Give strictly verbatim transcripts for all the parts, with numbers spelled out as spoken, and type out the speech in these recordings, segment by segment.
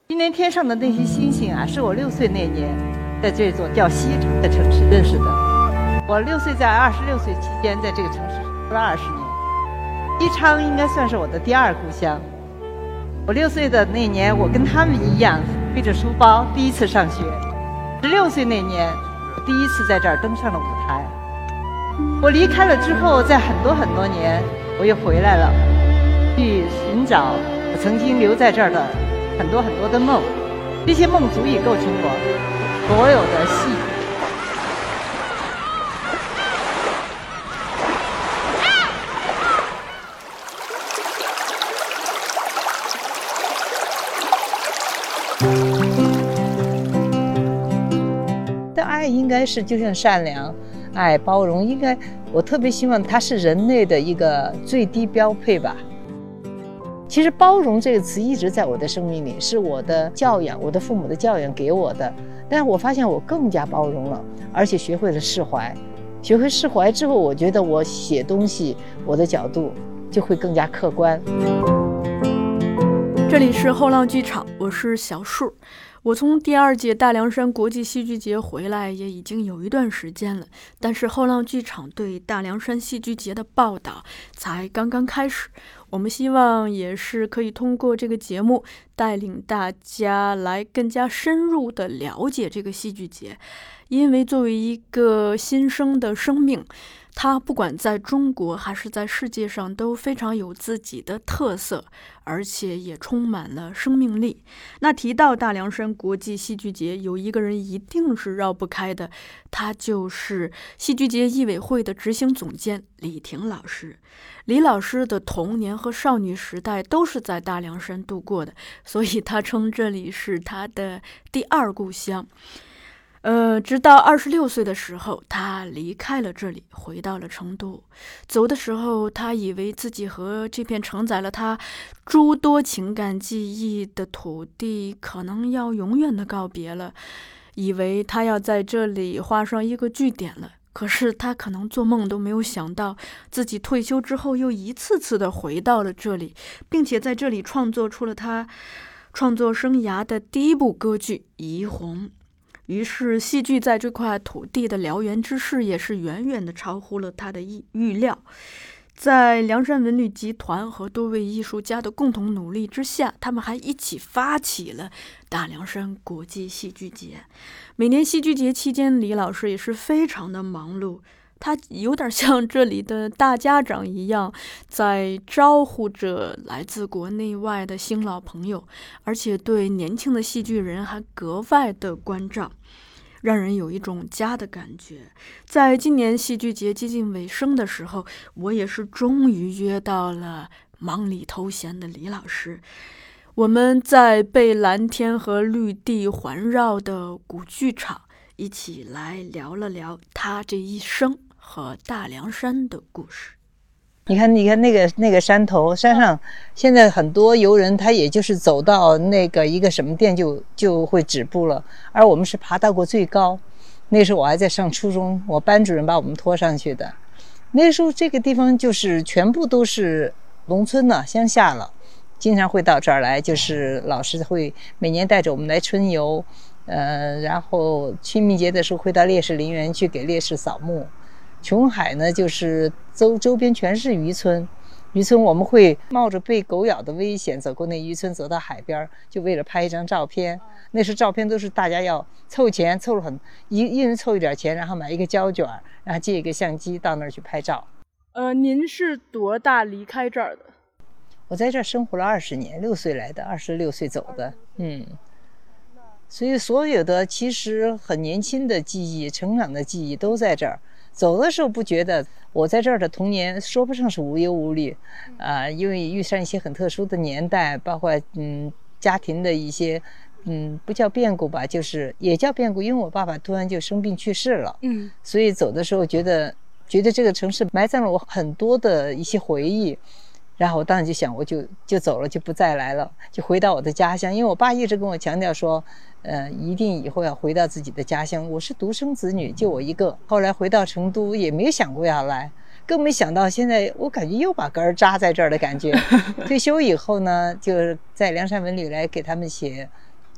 今年天上的那些星星啊，是我六岁那年在这座叫西昌的城市认识的。我六岁在二十六岁期间在这个城市生活了二十年，西昌应该算是我的第二故乡。我六岁的那年，我跟他们一样背着书包第一次上学。十六岁那年，我第一次在这儿登上了舞台。我离开了之后，在很多很多年，我又回来了，去寻找我曾经留在这儿的很多很多的梦，这些梦足以构成我所有的戏剧。的爱应该是就像善良、爱、包容，应该我特别希望它是人类的一个最低标配吧。其实包容这个词一直在我的生命里，是我的教养，我的父母的教养给我的。但是我发现我更加包容了，而且学会了释怀。学会释怀之后，我觉得我写东西，我的角度就会更加客观。 这里是后浪剧场，我是小树。我从第二届大凉山国际戏剧节回来也已经有一段时间了，但是后浪剧场对大凉山戏剧节的报道才刚刚开始。我们希望也是可以通过这个节目带领大家来更加深入的了解这个戏剧节，因为作为一个新生的生命，它不管在中国还是在世界上都非常有自己的特色，而且也充满了生命力。那提到大凉山国际戏剧节，有一个人一定是绕不开的，他就是戏剧节艺委会的执行总监李婷老师。李老师的童年和少女时代都是在大凉山度过的，所以他称这里是他的第二故乡。呃，直到二十六岁的时候，他离开了这里，回到了成都。走的时候，他以为自己和这片承载了他诸多情感记忆的土地可能要永远的告别了，以为他要在这里画上一个句点了。可是他可能做梦都没有想到，自己退休之后又一次次的回到了这里，并且在这里创作出了他创作生涯的第一部歌剧《怡红》。于是戏剧在这块土地的燎原之势也是远远的超乎了他的预料。在凉山文旅集团和多位艺术家的共同努力之下，他们还一起发起了大凉山国际戏剧节。每年戏剧节期间，李老师也是非常的忙碌，他有点像这里的大家长一样，在招呼着来自国内外的新老朋友，而且对年轻的戏剧人还格外的关照，让人有一种家的感觉。在今年戏剧节接近尾声的时候，我也是终于约到了忙里偷闲的李老师。我们在被蓝天和绿地环绕的古剧场一起来聊了聊他这一生和大凉山的故事。 你看，你看那个那个山头，山上现在很多游人，他也就是走到那个一个什么店就就会止步了，而我们是爬到过最高。那时候我还在上初中，我班主任把我们拖上去的。那时候这个地方就是全部都是农村了，乡下了，经常会到这儿来，就是老师会每年带着我们来春游，呃，然后清明节的时候会到烈士陵园去给烈士扫墓。琼海呢，就是周周边全是渔村，渔村我们会冒着被狗咬的危险走过那渔村，走到海边，就为了拍一张照片。那时照片都是大家要凑钱，凑了很一一人凑一点钱，然后买一个胶卷，然后借一个相机到那儿去拍照。 呃，您是多大离开这儿的？ 我在这儿生活了二十年，六岁来的，二十六岁走的，嗯。所以所有的其实很年轻的记忆、成长的记忆都在这儿。走的时候不觉得我在这儿的童年说不上是无忧无虑，啊、呃，因为遇上一些很特殊的年代，包括嗯家庭的一些嗯不叫变故吧，就是也叫变故，因为我爸爸突然就生病去世了，嗯，所以走的时候觉得觉得这个城市埋葬了我很多的一些回忆。然后我当时就想，我就就走了，就不再来了，就回到我的家乡。因为我爸一直跟我强调说，呃，一定以后要回到自己的家乡。我是独生子女，就我一个。后来回到成都，也没有想过要来，更没想到现在我感觉又把根儿扎在这儿的感觉。退休以后呢，就是在凉山文旅来给他们写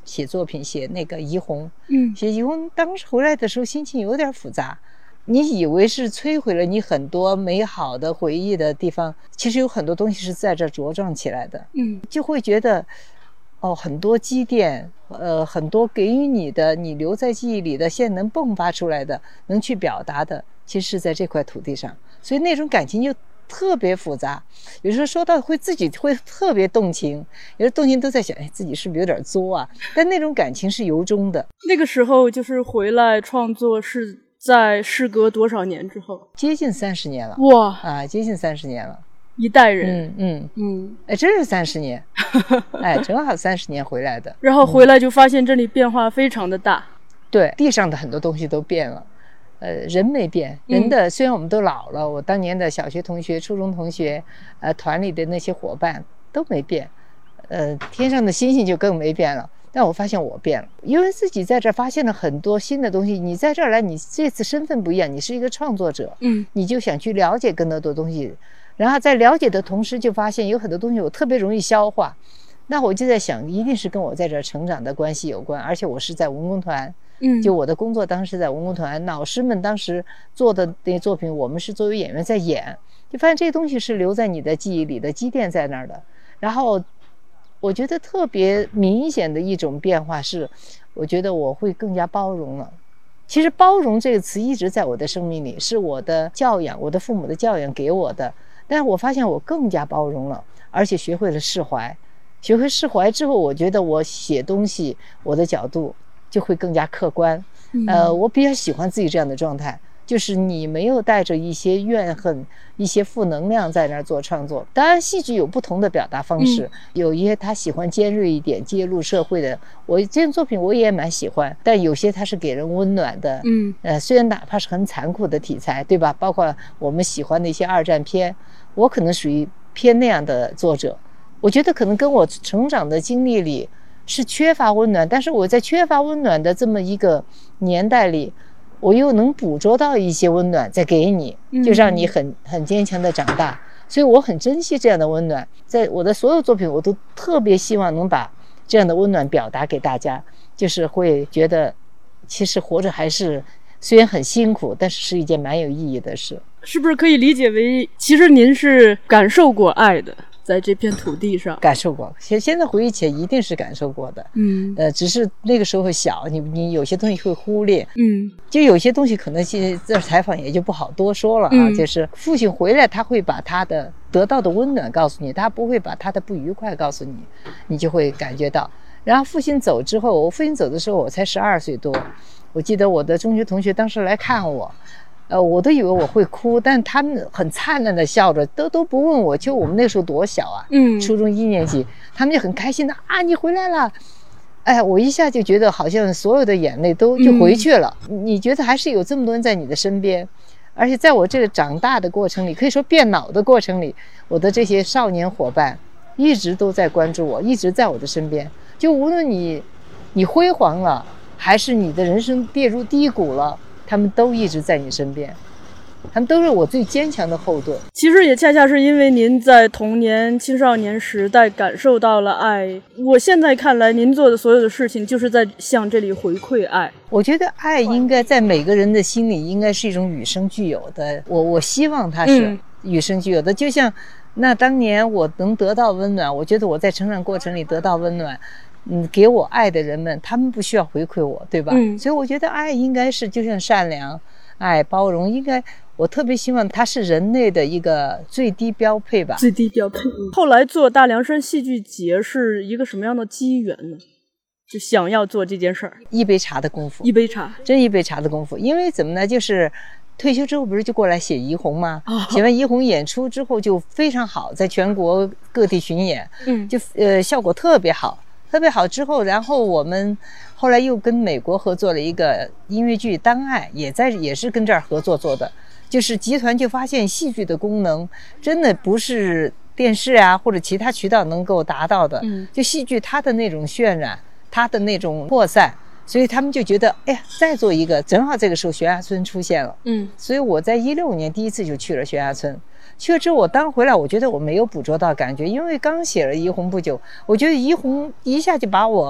写作品，写那个怡红， 嗯， 写怡红，当时回来的时候心情有点复杂。你以为是摧毁了你很多美好的回忆的地方，其实有很多东西是在这茁壮起来的。 嗯， 就会觉得，哦，很多积淀，呃，很多给予你的，你留在记忆里的，现在能迸发出来的，能去表达的，其实是在这块土地上，所以那种感情就特别复杂。有时候说到会自己会特别动情，有时候动情都在想，哎，自己是不是有点作啊？但那种感情是由衷的。 那个时候就是回来创作是在事隔多少年之后？ 接近三十年了。 哇啊，接近三十年了。 一代人。 嗯嗯嗯， 哎，真是三十年，哎，正好三十年回来的。 然后回来就发现这里变化非常的大。 嗯、对，地上的很多东西都变了。呃，人没变，人的、嗯、虽然我们都老了，我当年的小学同学、初中同学，呃，团里的那些伙伴都没变，呃，天上的星星就更没变了。但我发现我变了，因为自己在这儿发现了很多新的东西。你在这儿来，你这次身份不一样，你是一个创作者， 嗯， 你就想去了解更多的东西，然后在了解的同时，就发现有很多东西我特别容易消化。那我就在想，一定是跟我在这儿成长的关系有关，而且我是在文工团。 嗯， 就我的工作当时在文工团，老师们当时做的那些作品，我们是作为演员在演，就发现这些东西是留在你的记忆里的，积淀在那儿的。然后我觉得特别明显的一种变化是，我觉得我会更加包容了。其实包容这个词一直在我的生命里，是我的教养，我的父母的教养给我的。但是我发现我更加包容了，而且学会了释怀。学会释怀之后，我觉得我写东西，我的角度就会更加客观。呃，我比较喜欢自己这样的状态，就是你没有带着一些怨恨、一些负能量在那儿做创作。当然，戏剧有不同的表达方式，嗯、有一些他喜欢尖锐一点、揭露社会的。我这件作品我也蛮喜欢，但有些它是给人温暖的。 嗯， 呃，虽然哪怕是很残酷的题材，对吧？包括我们喜欢的一些二战片，我可能属于偏那样的作者。我觉得可能跟我成长的经历里是缺乏温暖，但是我在缺乏温暖的这么一个年代里，我又能捕捉到一些温暖再给你，就让你很很坚强的长大。所以我很珍惜这样的温暖，在我的所有作品我都特别希望能把这样的温暖表达给大家，就是会觉得其实活着还是虽然很辛苦，但是是一件蛮有意义的事。 是不是可以理解为其实您是感受过爱的，在这片土地上感受过，现现在回忆起来一定是感受过的。 嗯， 呃，只是那个时候小，你你有些东西会忽略。 嗯， 就有些东西可能现在采访也就不好多说了啊。嗯、就是父亲回来，他会把他的得到的温暖告诉你，他不会把他的不愉快告诉你，你就会感觉到。然后父亲走之后，我父亲走的时候我才十二岁多，我记得我的中学同学当时来看我。呃，我都以为我会哭，但他们很灿烂的笑着，都都不问我，就我们那时候多小啊， 嗯， 初中一年级，他们就很开心的啊，你回来了，哎，我一下就觉得好像所有的眼泪都就回去了。嗯、你觉得还是有这么多人在你的身边，而且在我这个长大的过程里，可以说变老的过程里，我的这些少年伙伴一直都在关注我，一直在我的身边，就无论你你辉煌了，还是你的人生跌入低谷了。他们都一直在你身边，他们都是我最坚强的后盾。 其实也恰恰是因为您在童年青少年时代感受到了爱，我现在看来您做的所有的事情就是在向这里回馈爱。 我觉得爱应该在每个人的心里应该是一种与生俱有的，我我希望它是与生俱有的。嗯、就像那当年我能得到温暖，我觉得我在成长过程里得到温暖，嗯，给我爱的人们，他们不需要回馈我，对吧？嗯，所以我觉得爱应该是就像善良、爱、包容，应该我特别希望它是人类的一个最低标配吧。 最低标配。嗯、后来做大凉山戏剧节是一个什么样的机缘呢？就想要做这件事儿， 一杯茶的功夫， 一杯茶， 真一杯茶的功夫。因为怎么呢？就是退休之后不是就过来写怡红吗？哦、写完怡红演出之后就非常好，在全国各地巡演，嗯，就呃效果特别好。特别好之后，然后我们后来又跟美国合作了一个音乐剧《当爱》，也在也是跟这儿合作做的。就是集团就发现戏剧的功能真的不是电视啊或者其他渠道能够达到的，嗯，就戏剧它的那种渲染，它的那种扩散，所以他们就觉得，哎呀，再做一个，正好这个时候悬崖村出现了，嗯，所以我在一六年第一次就去了悬崖村。去了之后，我当回来，我觉得我没有捕捉到感觉，因为刚写了怡红不久，我觉得怡红一下就把我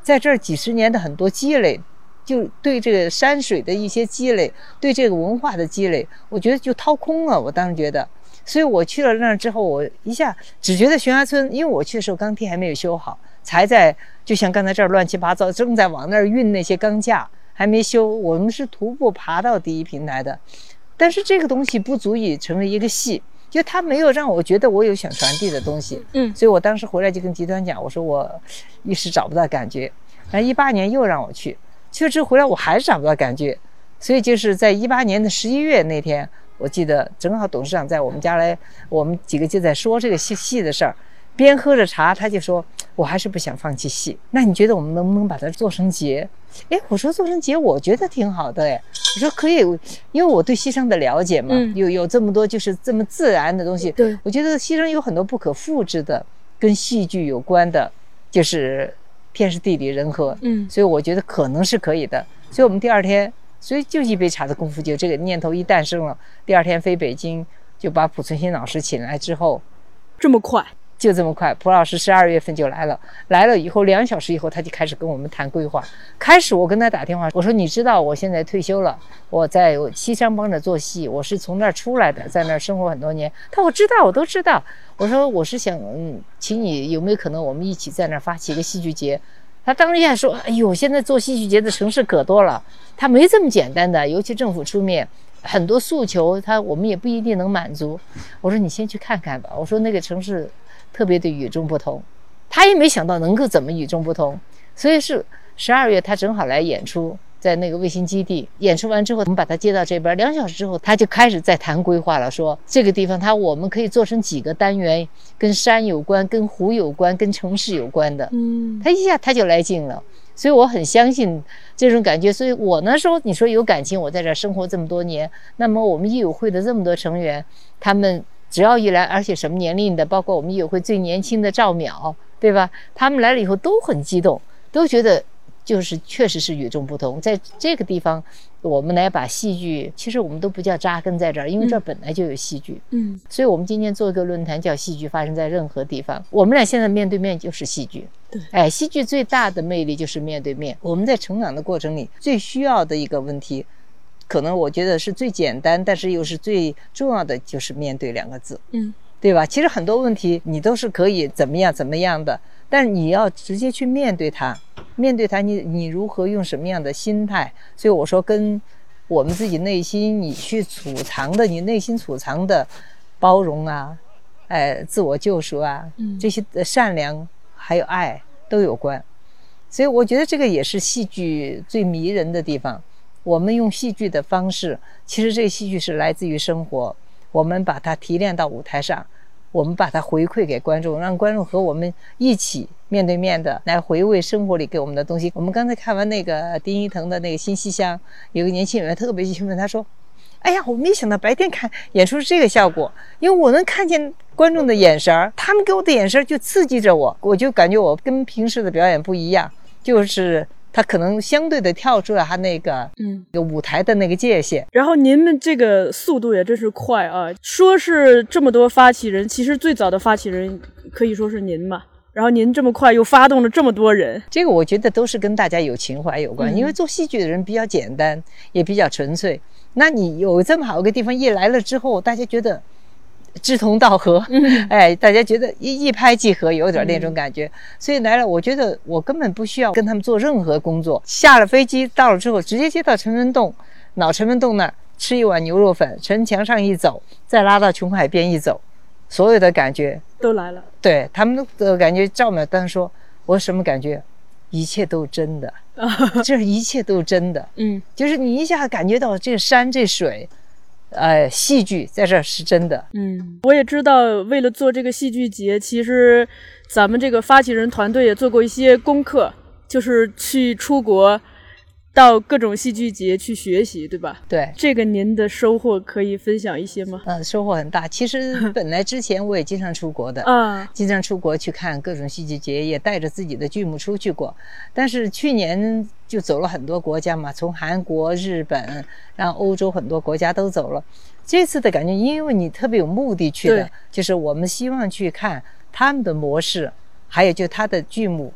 在这儿几十年的很多积累，就对这个山水的一些积累，对这个文化的积累，我觉得就掏空了。我当时觉得，所以我去了那儿之后，我一下只觉得悬崖村，因为我去的时候钢梯还没有修好，才在就像刚才这儿乱七八糟，正在往那儿运那些钢架，还没修。我们是徒步爬到第一平台的，但是这个东西不足以成为一个戏。就他没有让我觉得我有想传递的东西，嗯，所以我当时回来就跟集团讲，我说我一时找不到感觉。然后一八年又让我去，去了之后回来我还是找不到感觉，所以就是在一八年的十一月那天，我记得正好董事长在我们家来，我们几个就在说这个戏戏的事儿，边喝着茶，他就说我还是不想放弃戏，那你觉得我们能不能把它做成节？哎，我说做成节我觉得挺好的。哎，我说可以，因为我对西生的了解嘛，嗯、有有这么多就是这么自然的东西，对，我觉得西生有很多不可复制的跟戏剧有关的，就是天时地利人和，嗯，所以我觉得可能是可以的。所以我们第二天，所以就一杯茶的功夫，就这个念头一诞生了。第二天飞北京，就把濮存昕老师请来之后， 这么快。 就这么快，蒲老师十二月份就来了，来了以后两小时以后，他就开始跟我们谈规划。开始我跟他打电话，我说你知道我现在退休了，我在西商帮着做戏，我是从那儿出来的，在那儿生活很多年。他说我知道，我都知道。我说我是想，嗯，请你有没有可能我们一起在那儿发起一个戏剧节？他当时还说，哎呦，现在做戏剧节的城市可多了，他没这么简单的，尤其政府出面。很多诉求他我们也不一定能满足。我说你先去看看吧，我说那个城市特别的与众不同，他也没想到能够怎么与众不同。所以是十二月他正好来演出，在那个卫星基地演出完之后，我们把他接到这边，两小时之后他就开始在谈规划了，说这个地方他我们可以做成几个单元，跟山有关，跟湖有关，跟城市有关的。嗯，他一下他就来劲了。所以我很相信这种感觉，所以我那时候你说有感情，我在这生活这么多年，那么我们艺友会的这么多成员，他们只要一来，而且什么年龄的，包括我们艺友会最年轻的赵淼，对吧？他们来了以后都很激动，都觉得就是确实是与众不同。在这个地方我们来把戏剧，其实我们都不叫扎根在这儿，因为这儿本来就有戏剧。嗯，所以我们今天做一个论坛叫戏剧发生在任何地方。我们俩现在面对面就是戏剧。对，哎，戏剧最大的魅力就是面对面。我们在成长的过程里最需要的一个问题，可能我觉得是最简单，但是又是最重要的，就是面对两个字。嗯，对吧？其实很多问题你都是可以怎么样怎么样的，但是你要直接去面对它，面对它，你你如何用什么样的心态？所以我说，跟我们自己内心你去储藏的，你内心储藏的包容啊，哎，自我救赎啊，这些善良还有爱都有关。所以我觉得这个也是戏剧最迷人的地方。我们用戏剧的方式，其实这个戏剧是来自于生活，我们把它提炼到舞台上，我们把它回馈给观众，让观众和我们一起面对面的来回味生活里给我们的东西。我们刚才看完那个丁一腾的那个新西厢，有个年轻演员特别兴奋，他说哎呀，我没想到白天看演出是这个效果，因为我能看见观众的眼神，他们给我的眼神就刺激着我，我就感觉我跟平时的表演不一样，就是他可能相对的跳出了他那个嗯舞台的那个界限。 然后您们这个速度也真是快啊！说是这么多发起人，其实最早的发起人可以说是您嘛。然后您这么快又发动了这么多人， 这个我觉得都是跟大家有情怀有关、嗯、因为做戏剧的人比较简单也比较纯粹，那你有这么好一个地方一来了之后，大家觉得志同道合、嗯、哎，大家觉得一一拍即合，有点那种感觉、嗯、所以来了，我觉得我根本不需要跟他们做任何工作，下了飞机到了之后直接接到陈文栋脑陈文栋那儿吃一碗牛肉粉，城墙上一走，再拉到琼海边一走，所有的感觉都来了。 对，他们的感觉，赵淼当时说我什么感觉，一切都真的这一切都真的。嗯，就是你一下感觉到这山这水呃，戏剧在这儿是真的。 嗯，我也知道为了做这个戏剧节，其实咱们这个发起人团队也做过一些功课，就是去出国到各种戏剧节去学习，对吧？ 对， 这个您的收获可以分享一些吗？ 嗯，收获很大。其实本来之前我也经常出国的，啊，经常出国去看各种戏剧节，也带着自己的剧目出去过。但是去年就走了很多国家嘛，从韩国、日本，然后欧洲很多国家都走了。这次的感觉，因为你特别有目的去的，就是我们希望去看他们的模式，还有就他的剧目。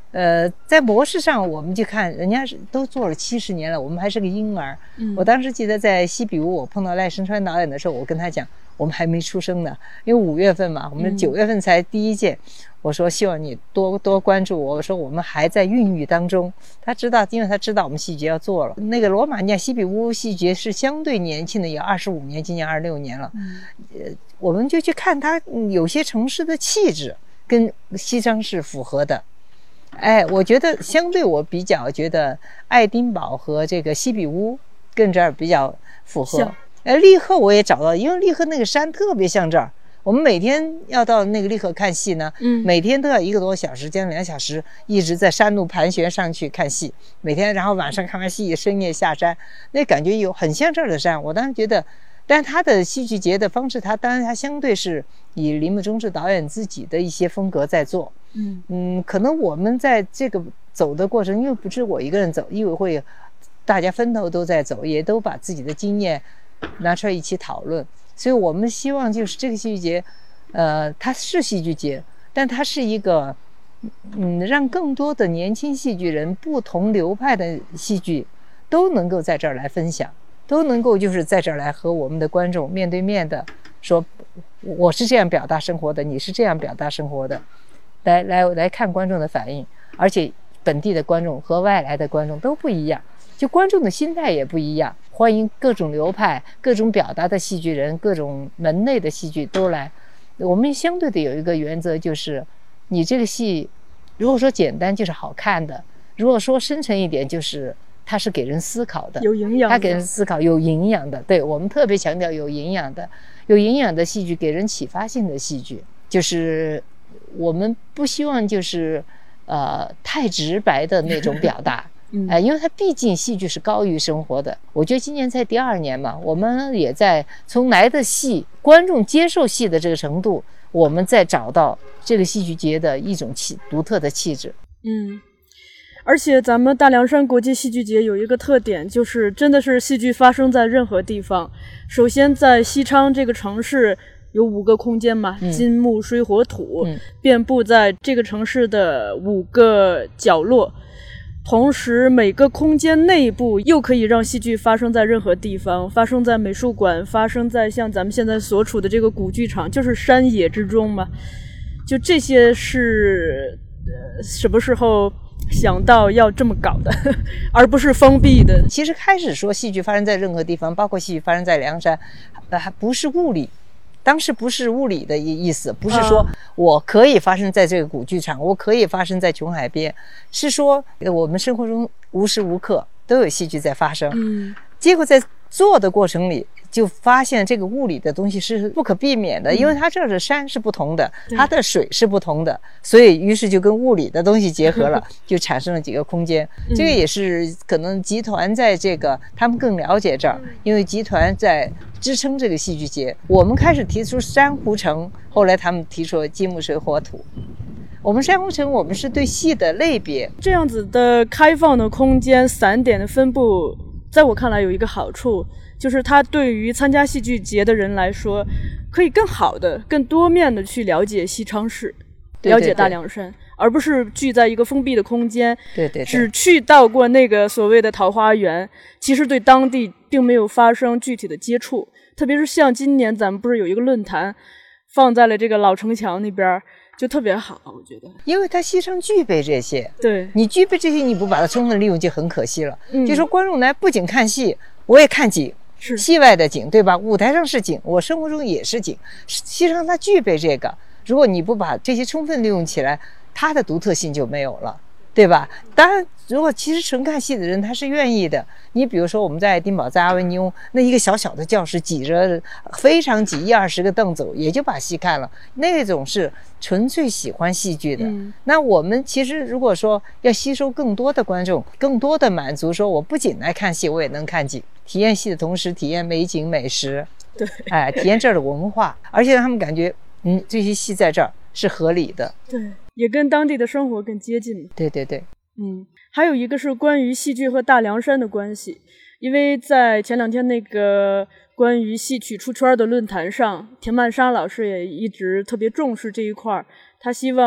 呃，在模式上，我们就看人家是都做了七十年了，我们还是个婴儿。 嗯， 我当时记得在西比屋，我碰到赖声川导演的时候，我跟他讲，我们还没出生呢，因为五月份嘛，我们九月份才第一届。嗯、我说希望你多多关注我，我说我们还在孕育当中。他知道，因为他知道我们戏剧要做了。那个罗马尼亚西比屋戏剧是相对年轻的，有二十五年，今年二十六年了。嗯、呃，我们就去看他有些城市的气质跟西昌是符合的。哎，我觉得相对我比较觉得爱丁堡和这个西比乌跟这儿比较符合。哎，利赫我也找到，因为利赫那个山特别像这儿。我们每天要到那个利赫看戏呢，嗯，每天都要一个多小时，将近两小时，一直在山路盘旋上去看戏。每天，然后晚上看完戏，深夜下山，那感觉有很像这儿的山。我当时觉得，但他的戏剧节的方式，他当然他相对是以铃木忠志导演自己的一些风格在做。嗯嗯，可能我们在这个走的过程，因为不是我一个人走，因为会大家分头都在走，也都把自己的经验拿出来一起讨论。所以我们希望就是这个戏剧节，呃，它是戏剧节，但它是一个，嗯，让更多的年轻戏剧人、不同流派的戏剧都能够在这儿来分享，都能够就是在这儿来和我们的观众面对面的说，我是这样表达生活的，你是这样表达生活的。来来来看观众的反应，而且本地的观众和外来的观众都不一样，就观众的心态也不一样，欢迎各种流派、各种表达的戏剧人、各种门类的戏剧都来。我们相对的有一个原则，就是你这个戏，如果说简单就是好看的，如果说深沉一点，就是它是给人思考的， 有营养的， 它给人思考有营养的。对，我们特别强调有营养的，有营养的戏剧，给人启发性的戏剧，就是我们不希望就是呃太直白的那种表达。嗯呃、因为它毕竟戏剧是高于生活的。我觉得今年才第二年嘛，我们也在从来的戏观众接受戏的这个程度，我们再找到这个戏剧节的一种气独特的气质。 嗯，而且咱们大凉山国际戏剧节有一个特点，就是真的是戏剧发生在任何地方。首先在西昌这个城市有五个空间嘛，嗯、金木水火土、嗯、遍布在这个城市的五个角落。同时每个空间内部又可以让戏剧发生在任何地方，发生在美术馆，发生在像咱们现在所处的这个古剧场，就是山野之中嘛。就这些是、呃、什么时候想到要这么搞的，而不是封闭的。 其实开始说戏剧发生在任何地方，包括戏剧发生在凉山，呃，还不是物理。当时不是物理的意思，不是说我可以发生在这个古剧场，我可以发生在琼海边，是说我们生活中无时无刻都有戏剧在发生。嗯，结果在做的过程里就发现这个物理的东西是不可避免的，因为它这儿的山是不同的，它的水是不同的，所以于是就跟物理的东西结合了，就产生了几个空间。这个也是可能集团在这个他们更了解这儿，因为集团在支撑这个戏剧节。我们开始提出珊瑚城，后来他们提出金木水火土。我们珊瑚城，我们是对戏的类别， 这样子的开放的空间、散点的分布，在我看来有一个好处，就是它对于参加戏剧节的人来说，可以更好的、更多面的去了解西昌市，了解大凉山，对对对，而不是聚在一个封闭的空间。 对对对， 只去到过那个所谓的桃花源，其实对当地并没有发生具体的接触。特别是像今年咱们不是有一个论坛放在了这个老城墙那边，就特别好，我觉得， 因为它西昌具备这些， 对， 你具备这些，你不把它充分利用就很可惜了。嗯，就说观众来不仅看戏，我也看景， 是戏外的景，对吧？舞台上是景，我生活中也是景，西昌它具备这个，如果你不把这些充分利用起来，它的独特性就没有了，对吧？当然，如果其实纯看戏的人他是愿意的。你比如说我们在爱丁堡，在阿维尼翁那一个小小的教室，挤着非常挤，一二十个凳子，也就把戏看了。那种是纯粹喜欢戏剧的。嗯、那我们其实如果说要吸收更多的观众，更多的满足，说我不仅来看戏，我也能看景，体验戏的同时体验美景美食， 对， 哎，体验这儿的文化，而且让他们感觉，嗯，这些戏在这儿是合理的， 对，也跟当地的生活更接近。 对对对。 嗯，还有一个是关于戏剧和大凉山的关系，因为在前两天那个关于戏曲出圈的论坛上，田曼莎老师也一直特别重视这一块，他希望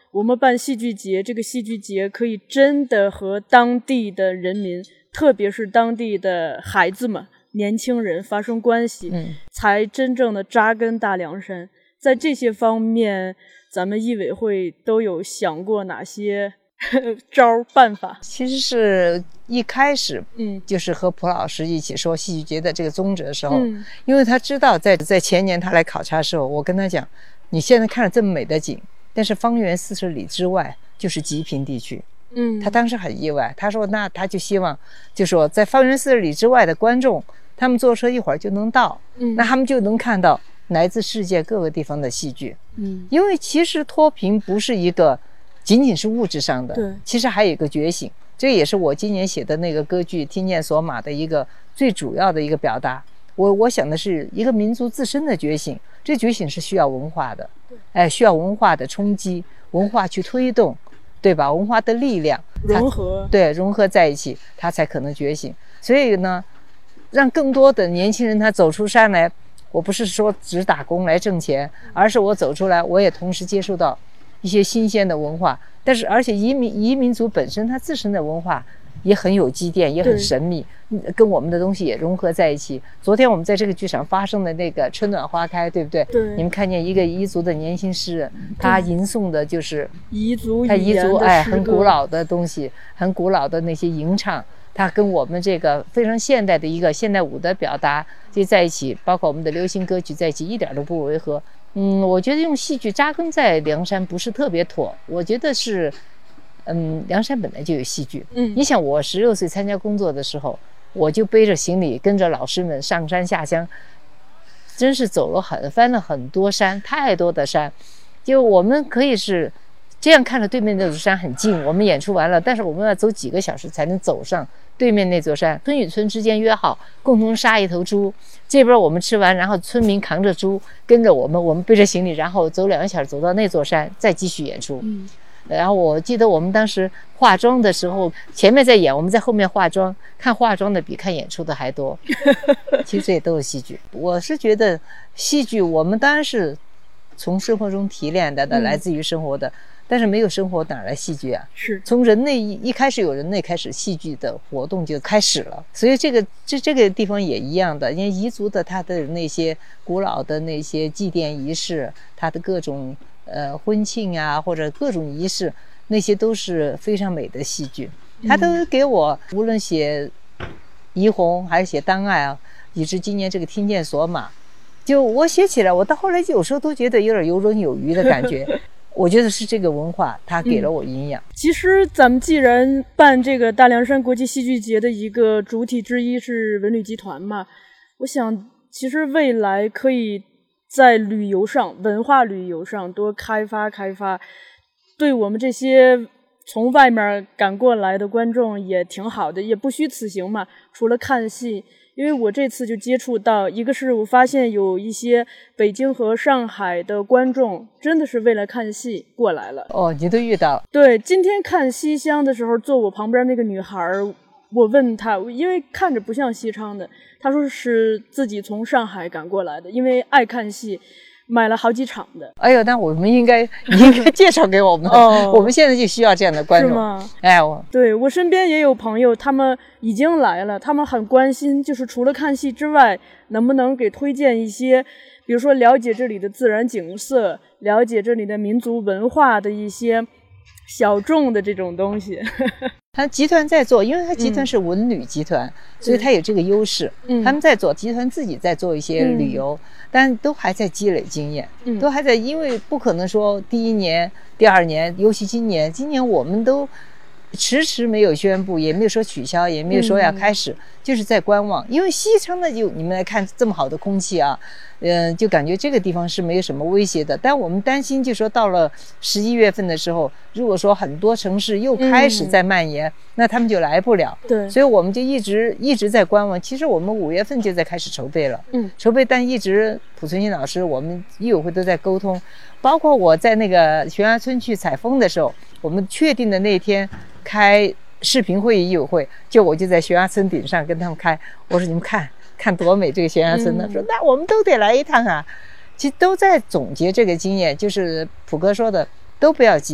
我们办戏剧节，这个戏剧节可以真的和当地的人民，特别是当地的孩子们、年轻人发生关系， 嗯， 才真正的扎根大凉山。在这些方面，咱们艺委会都有想过哪些招办法？ 其实是一开始， 嗯， 就是和蒲老师一起说戏剧节的这个宗旨的时候， 嗯， 因为他知道在在前年他来考察的时候，我跟他讲，你现在看着这么美的景，但是方圆四十里之外就是极贫地区。 嗯， 他当时很意外，他说那他就希望就说在方圆四十里之外的观众，他们坐车一会儿就能到， 嗯， 那他们就能看到来自世界各个地方的戏剧。 嗯， 因为其实脱贫不是一个仅仅是物质上的， 对， 其实还有一个觉醒，这也是我今年写的那个歌剧《听见索马》的一个最主要的一个表达。我我想的是一个民族自身的觉醒，这觉醒是需要文化的，哎，需要文化的冲击，文化去推动，对吧？文化的力量融合， 对，融合在一起，它才可能觉醒。所以呢，让更多的年轻人他走出山来，我不是说只打工来挣钱，而是我走出来，我也同时接触到一些新鲜的文化。但是，而且移民移民族本身它自身的文化也很有积淀，也很神秘，跟我们的东西也融合在一起。昨天我们在这个剧场发生的那个春暖花开，对不对？ 对。 你们看见一个彝族的年轻诗人，他吟诵的就是彝族他彝族哎很很古老的东西，很古老的那些吟唱，它跟我们这个非常现代的一个现代舞的表达就在一起，包括我们的流行歌曲在一起，一点都不违和。嗯，我觉得用戏剧扎根在凉山不是特别妥，我觉得是，嗯，凉山本来就有戏剧。 嗯， 你想我十六岁参加工作的时候，我就背着行李跟着老师们上山下乡，真是走了很翻了很多山，太多的山，就我们可以是这样看着对面那座山很近，我们演出完了，但是我们要走几个小时才能走上对面那座山。村与村之间约好共同杀一头猪，这边我们吃完，然后村民扛着猪跟着我们，我们背着行李，然后走两个小时走到那座山，再继续演出。 嗯， 然后我记得我们当时化妆的时候，前面在演，我们在后面化妆，看化妆的比看演出的还多。其实这也都是戏剧。我是觉得戏剧我们当然是从生活中提炼的的，来自于生活的。嗯，但是没有生活哪来戏剧啊？ 是从人类一一开始有人类开始，戏剧的活动就开始了。所以这个这这个地方也一样的，因为彝族的它的那些古老的那些祭奠仪式，它的各种呃婚庆啊或者各种仪式，那些都是非常美的戏剧。它都给我无论写怡红还是写当爱啊，以至今年这个听见索马，就我写起来，我到后来有时候都觉得有点游刃有余的感觉。我觉得是这个文化它给了我营养。 嗯，其实咱们既然办这个大凉山国际戏剧节的一个主体之一是文旅集团嘛，我想其实未来可以在旅游上文化旅游上多开发开发，对我们这些从外面赶过来的观众也挺好的，也不虚此行嘛。除了看戏，因为我这次就接触到，一个是我发现有一些北京和上海的观众真的是为了看戏过来了。 哦，你都遇到了？ 对，今天看西厢的时候，坐我旁边那个女孩，我问她，因为看着不像西昌的，她说是自己从上海赶过来的，因为爱看戏。买了好几场的。 哎呦，那我们应该你应该介绍给我们，哦、我们现在就需要这样的观众。 是吗？ 哎，我对我身边也有朋友，他们已经来了，他们很关心，就是除了看戏之外，能不能给推荐一些，比如说了解这里的自然景色，了解这里的民族文化的一些小众的这种东西。 他集团在做，因为他集团是文旅集团，嗯、所以他有这个优势。嗯，他们在做，集团自己在做一些旅游，嗯、但都还在积累经验，嗯、都还在，因为不可能说第一年、第二年，尤其今年，今年我们都迟迟没有宣布，也没有说取消，也没有说要开始，嗯、就是在观望。因为西昌的就你们来看这么好的空气啊，嗯、呃，就感觉这个地方是没有什么威胁的。但我们担心，就说到了十一月份的时候，如果说很多城市又开始在蔓延，嗯、那他们就来不了。 对， 所以我们就一直一直在观望。其实我们五月份就在开始筹备了，嗯，筹备，但一直濮存昕老师，我们艺委会都在沟通，包括我在那个悬崖村去采风的时候，我们确定的那天开视频会议，艺委会就我就在悬崖村顶上跟他们开，我说你们看看多美这个悬崖村呢，嗯、说那我们都得来一趟啊。其实都在总结这个经验，就是普哥说的，都不要急，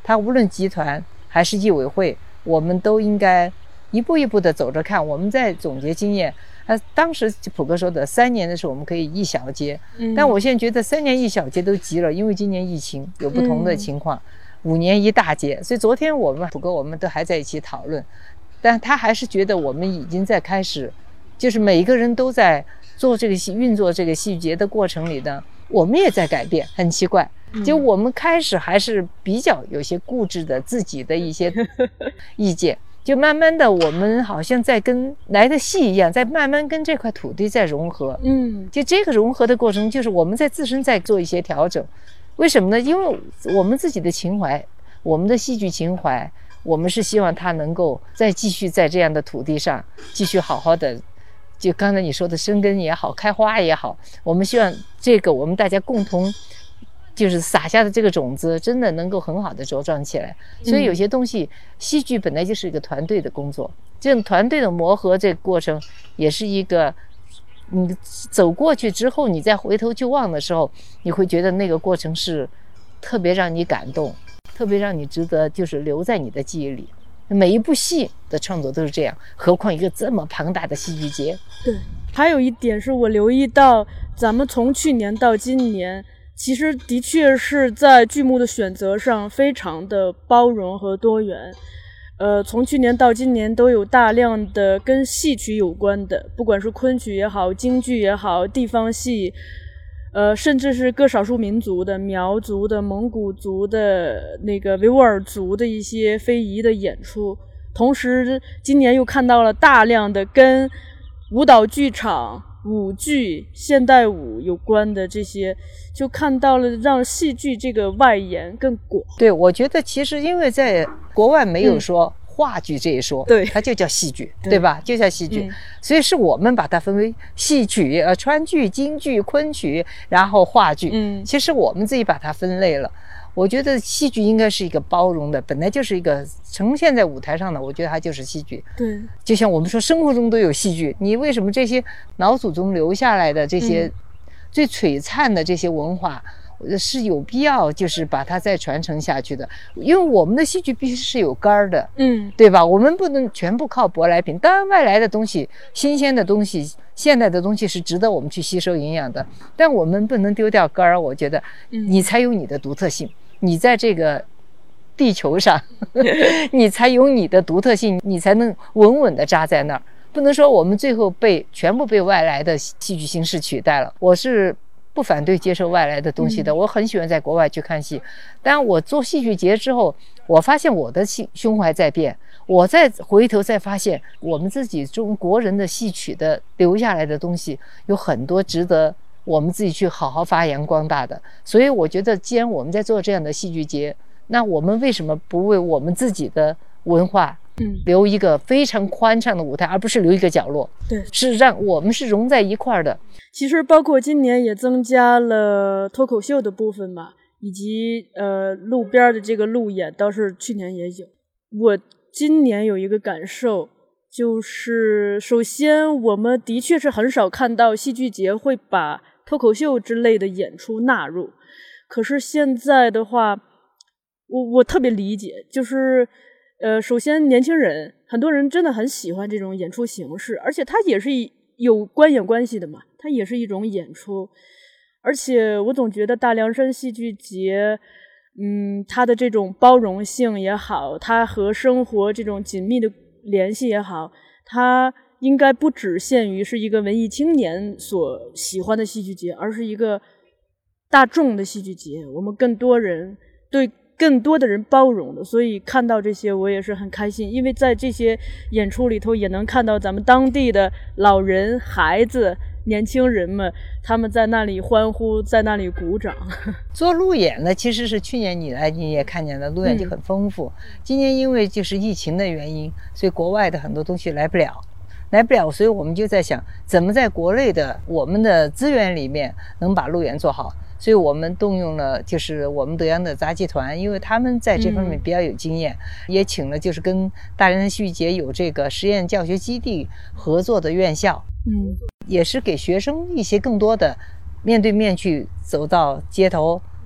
它无论集团还是艺委会，我们都应该一步一步的走着看，我们在总结经验。呃，当时普哥说的三年的时候我们可以一小节，嗯、但我现在觉得三年一小节都急了，因为今年疫情有不同的情况，嗯、五年一大节。所以昨天我们普哥我们都还在一起讨论，但他还是觉得我们已经在开始，就是每一个人都在做这个戏运作这个戏剧节的过程里呢，我们也在改变，很奇怪。就我们开始还是比较有些固执的自己的一些意见。就慢慢的我们好像在跟来的戏一样，在慢慢跟这块土地在融合。嗯，就这个融合的过程，就是我们在自身在做一些调整。为什么呢？因为我们自己的情怀，我们的戏剧情怀，我们是希望它能够再继续在这样的土地上继续好好的，就刚才你说的生根也好，开花也好，我们希望这个我们大家共同就是撒下的这个种子真的能够很好的茁壮起来。所以有些东西，戏剧本来就是一个团队的工作，这种团队的磨合这个过程也是一个，你走过去之后你再回头就望的时候，你会觉得那个过程是特别让你感动，特别让你值得就是留在你的记忆里。每一部戏的创作都是这样，何况一个这么庞大的戏剧节。 对，还有一点是我留意到，咱们从去年到今年其实的确是在剧目的选择上非常的包容和多元。呃，从去年到今年都有大量的跟戏曲有关的，不管是昆曲也好，京剧也好，地方戏，呃，甚至是各少数民族的苗族的、蒙古族的、那个维吾尔族的一些非遗的演出。同时今年又看到了大量的跟舞蹈剧场、舞剧、现代舞有关的这些，就看到了让戏剧这个外延更广。 对，我觉得其实因为在国外没有说话剧这一说， 对、嗯， 它就叫戏剧， 对, 对吧？就叫戏剧、嗯，所以是我们把它分为戏曲、呃川剧、京剧、昆曲，然后话剧。嗯，其实我们自己把它分类了。我觉得戏剧应该是一个包容的，本来就是一个呈现在舞台上的，我觉得它就是戏剧。 对， 就像我们说生活中都有戏剧，你为什么这些老祖宗留下来的这些最璀璨的这些文化、嗯、是有必要就是把它再传承下去的？因为我们的戏剧必须是有根儿的，嗯，对吧？我们不能全部靠舶来品，当然外来的东西、新鲜的东西、现代的东西是值得我们去吸收营养的，但我们不能丢掉根儿。我觉得你才有你的独特性。你在这个地球上你才有你的独特性，你才能稳稳地扎在那儿。不能说我们最后被全部被外来的戏剧形式取代了。我是不反对接受外来的东西的，我很喜欢在国外去看戏，但我做戏剧节之后，我发现我的胸怀在变，我再回头再发现我们自己中国人的戏曲的留下来的东西有很多值得我们自己去好好发扬光大的。所以我觉得既然我们在做这样的戏剧节，那我们为什么不为我们自己的文化留一个非常宽敞的舞台，而不是留一个角落？ 对， 是让我们是融在一块儿的。 其实包括今年也增加了脱口秀的部分嘛，以及呃路边的这个路演，倒是去年也有。我今年有一个感受，就是首先我们的确是很少看到戏剧节会把脱口秀之类的演出纳入，可是现在的话，我我特别理解，就是呃，首先年轻人很多人真的很喜欢这种演出形式，而且它也是有观演关系的嘛，它也是一种演出。而且我总觉得大凉山戏剧节，嗯，它的这种包容性也好，它和生活这种紧密的联系也好，它应该不只限于是一个文艺青年所喜欢的戏剧节，而是一个大众的戏剧节，我们更多人对更多的人包容的。所以看到这些我也是很开心，因为在这些演出里头也能看到咱们当地的老人、孩子、年轻人们，他们在那里欢呼，在那里鼓掌。 做路演呢，其实是去年你来你也看见了，路演就很丰富、嗯、今年因为就是疫情的原因，所以国外的很多东西来不了来不了，所以我们就在想怎么在国内的我们的资源里面能把路演做好。所以我们动用了就是我们德阳的杂技团，因为他们在这方面比较有经验、嗯、也请了就是跟大凉山戏剧节有这个实验教学基地合作的院校，嗯，也是给学生一些更多的面对面去走到街头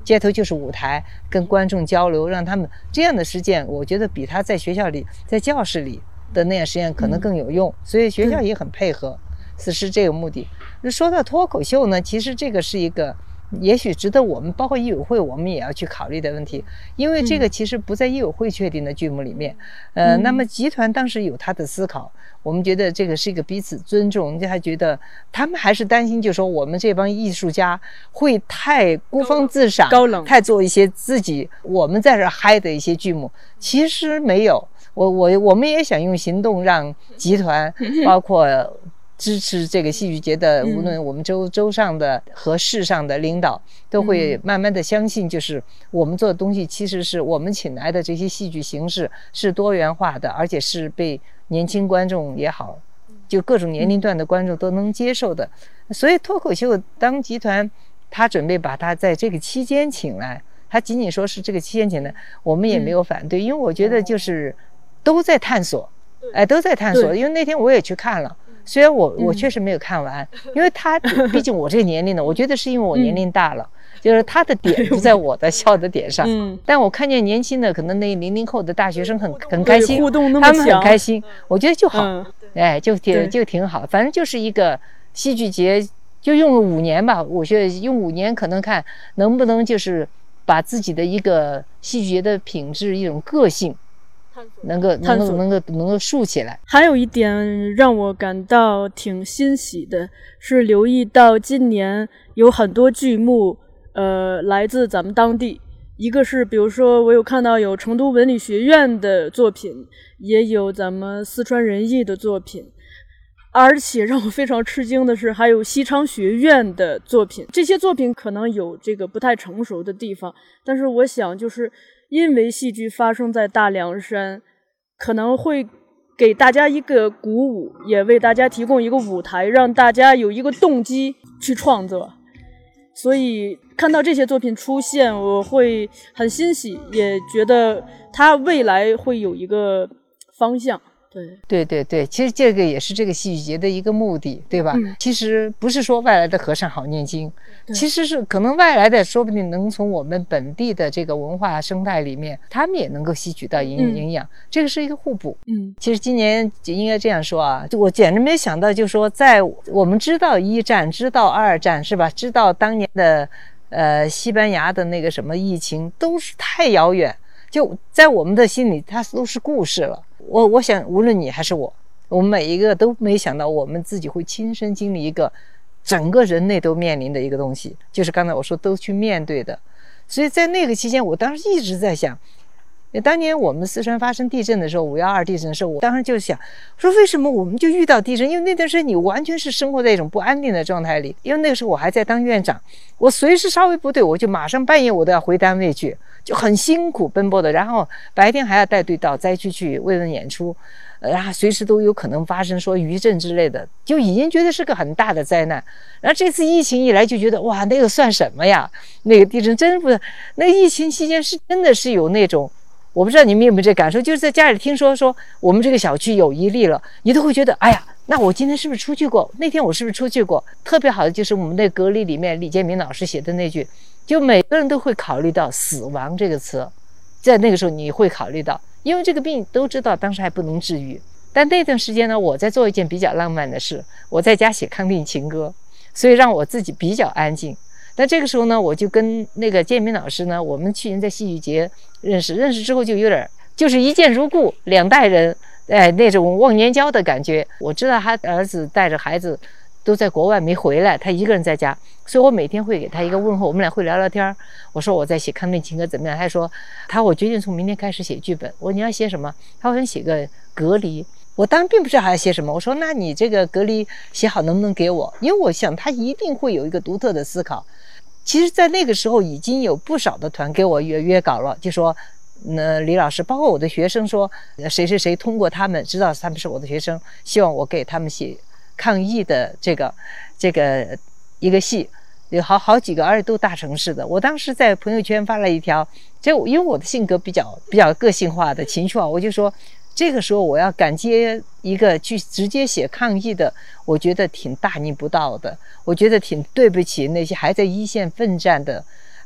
街头就是舞台，跟观众交流，让他们这样的实践，我觉得比他在学校里在教室里的那样实验可能更有用，嗯、所以学校也很配合，是是这个目的。说到脱口秀呢，其实这个是一个也许值得我们包括艺委会我们也要去考虑的问题，因为这个其实不在艺委会确定的剧目里面，嗯、呃，那么集团当时有他的思考，我们觉得这个是一个彼此尊重，就还觉得他们还是担心，就说我们这帮艺术家会太孤芳自赏， 高冷， 太做一些自己我们在这嗨的一些剧目，其实没有，我我我们也想用行动让集团包括支持这个戏剧节的，无论我们州州上的和市上的领导，都会慢慢的相信，就是我们做的东西，其实是我们请来的这些戏剧形式是多元化的，而且是被年轻观众也好，就各种年龄段的观众都能接受的。所以脱口秀当集团他准备把他在这个期间请来，他仅仅说是这个期间请来，我们也没有反对，因为我觉得就是都在探索，哎，都在探索。因为那天我也去看了。虽然我我确实没有看完，嗯、因为他毕竟我这个年龄呢，我觉得是因为我年龄大了，嗯、就是他的点不在我的笑的点上。嗯、但我看见年轻的，可能那零零后的大学生很很开心， 互动那么强， 他们很开心，我觉得就好， 嗯、 哎，就挺就挺好。反正就是一个戏剧节，就用了五年吧，我觉得用五年可能看能不能就是把自己的一个戏剧节的品质、一种个性。能够能够能够能够竖起来。 还有一点让我感到挺欣喜的是，留意到今年有很多剧目，呃，来自咱们当地。一个是，比如说，我有看到有成都文理学院的作品，也有咱们四川人艺的作品，而且让我非常吃惊的是，还有西昌学院的作品。这些作品可能有这个不太成熟的地方，但是我想就是。因为戏剧发生在大凉山，可能会给大家一个鼓舞，也为大家提供一个舞台，让大家有一个动机去创作。所以看到这些作品出现，我会很欣喜，也觉得它未来会有一个方向。对对对对，其实这个也是这个戏剧节的一个目的，对吧？嗯、其实不是说外来的和尚好念经，其实是可能外来的说不定能从我们本地的这个文化生态里面，他们也能够吸取到营营养，嗯、这个是一个互补。嗯，其实今年应该这样说啊，我简直没想到，就说在我们知道一战、知道二战是吧？知道当年的呃西班牙的那个什么疫情，都是太遥远。就在我们的心里，它都是故事了。我我想，无论你还是我，我们每一个都没想到，我们自己会亲身经历一个整个人类都面临的一个东西，就是刚才我说都去面对的。所以在那个期间，我当时一直在想，当年我们四川发生地震的时候，五幺二地震的时候，我当时就想说，为什么我们就遇到地震？因为那段时间你完全是生活在一种不安定的状态里。因为那个时候我还在当院长，我随时稍微不对，我就马上半夜我都要回单位去。就很辛苦奔波的，然后白天还要带队到灾区去慰问演出，然后随时都有可能发生说余震之类的，就已经觉得是个很大的灾难。然后这次疫情一来就觉得哇，那个算什么呀？那个地震真不是，那个疫情期间是真的是有那种，我不知道你们有没有这感受，就是在家里听说说我们这个小区有一例了，你都会觉得哎呀，那我今天是不是出去过？那天我是不是出去过？特别好的就是我们那隔离里面李建明老师写的那句。就每个人都会考虑到死亡这个词，在那个时候你会考虑到，因为这个病都知道当时还不能治愈。但那段时间呢，我在做一件比较浪漫的事，我在家写康定情歌，所以让我自己比较安静。但这个时候呢，我就跟那个建明老师呢，我们去年在戏剧节认识，认识之后就有点就是一见如故，两代人哎那种忘年交的感觉。我知道他儿子带着孩子都在国外没回来，他一个人在家，所以我每天会给他一个问候，我们俩会聊聊天。我说我在写康定情歌怎么样，他说他我决定从明天开始写剧本。我说你要写什么？他说想写个隔离。我当然并不知道还要写什么，我说那你这个隔离写好能不能给我？因为我想他一定会有一个独特的思考。其实在那个时候已经有不少的团给我约约稿了，就说那李老师包括我的学生说谁谁谁通过他们知道他们是我的学生，希望我给他们写抗疫的这个这个一个戏，有好好几个，而且都大城市的。我当时在朋友圈发了一条，就因为我的性格比较比较个性化的情绪化，我就说这个时候我要敢接一个去直接写抗疫的，我觉得挺大逆不道的，我觉得挺对不起那些还在一线奋战的